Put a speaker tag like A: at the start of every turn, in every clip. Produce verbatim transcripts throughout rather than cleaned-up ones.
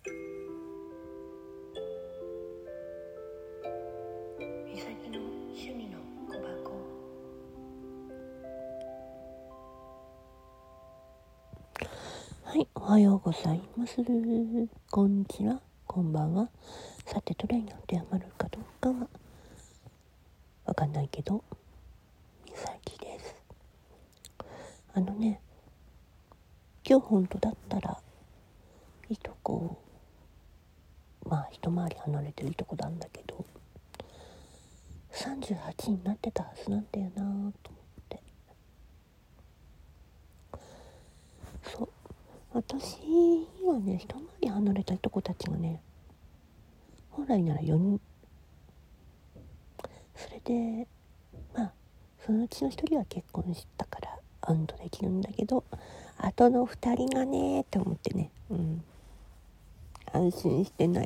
A: みさきの趣味の小箱。はい、おはようございます。こんにちは、こんばんは。さて、どれに当てはまるかどうかはわかんないけど、みさきです。あのね、今日本当だったらいとこ、まあ一回り離れてるいとこなんだけど、さんじゅうはちになってたはずなんだよなと思って。そう、私はね、一回り離れたいとこたちがね、本来ならよにん。それでまあそのうちのひとりは結婚したからアウトできるんだけど、あとのふたりがねって思ってね、うん、安心してない。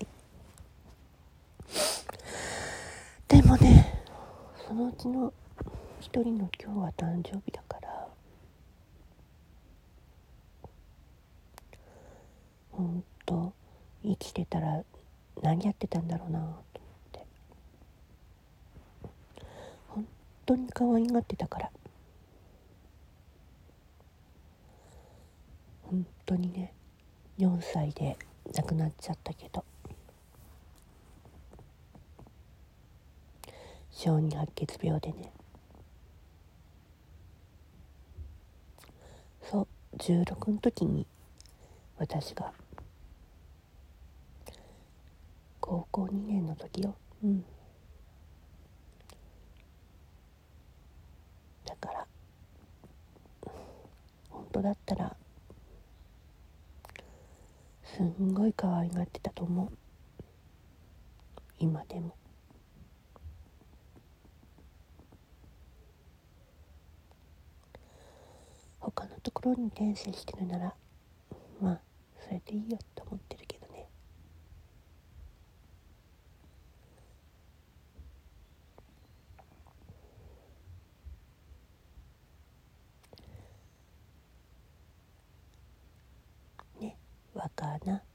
A: でもね、そのうちのひとりの今日は誕生日だから、ほんと生きてたら何やってたんだろうなと思って。本当に可愛がってたから、本当にね、よんさいで亡くなっちゃったけど、小児白血病でね。そうじゅうろくの時に私が高校にねんの時よ。うんだから本当だったらすんごい可愛がってたと思う、今でも。他のところに転生してるならまあそれでいいよって思ってるけどね。ね、若菜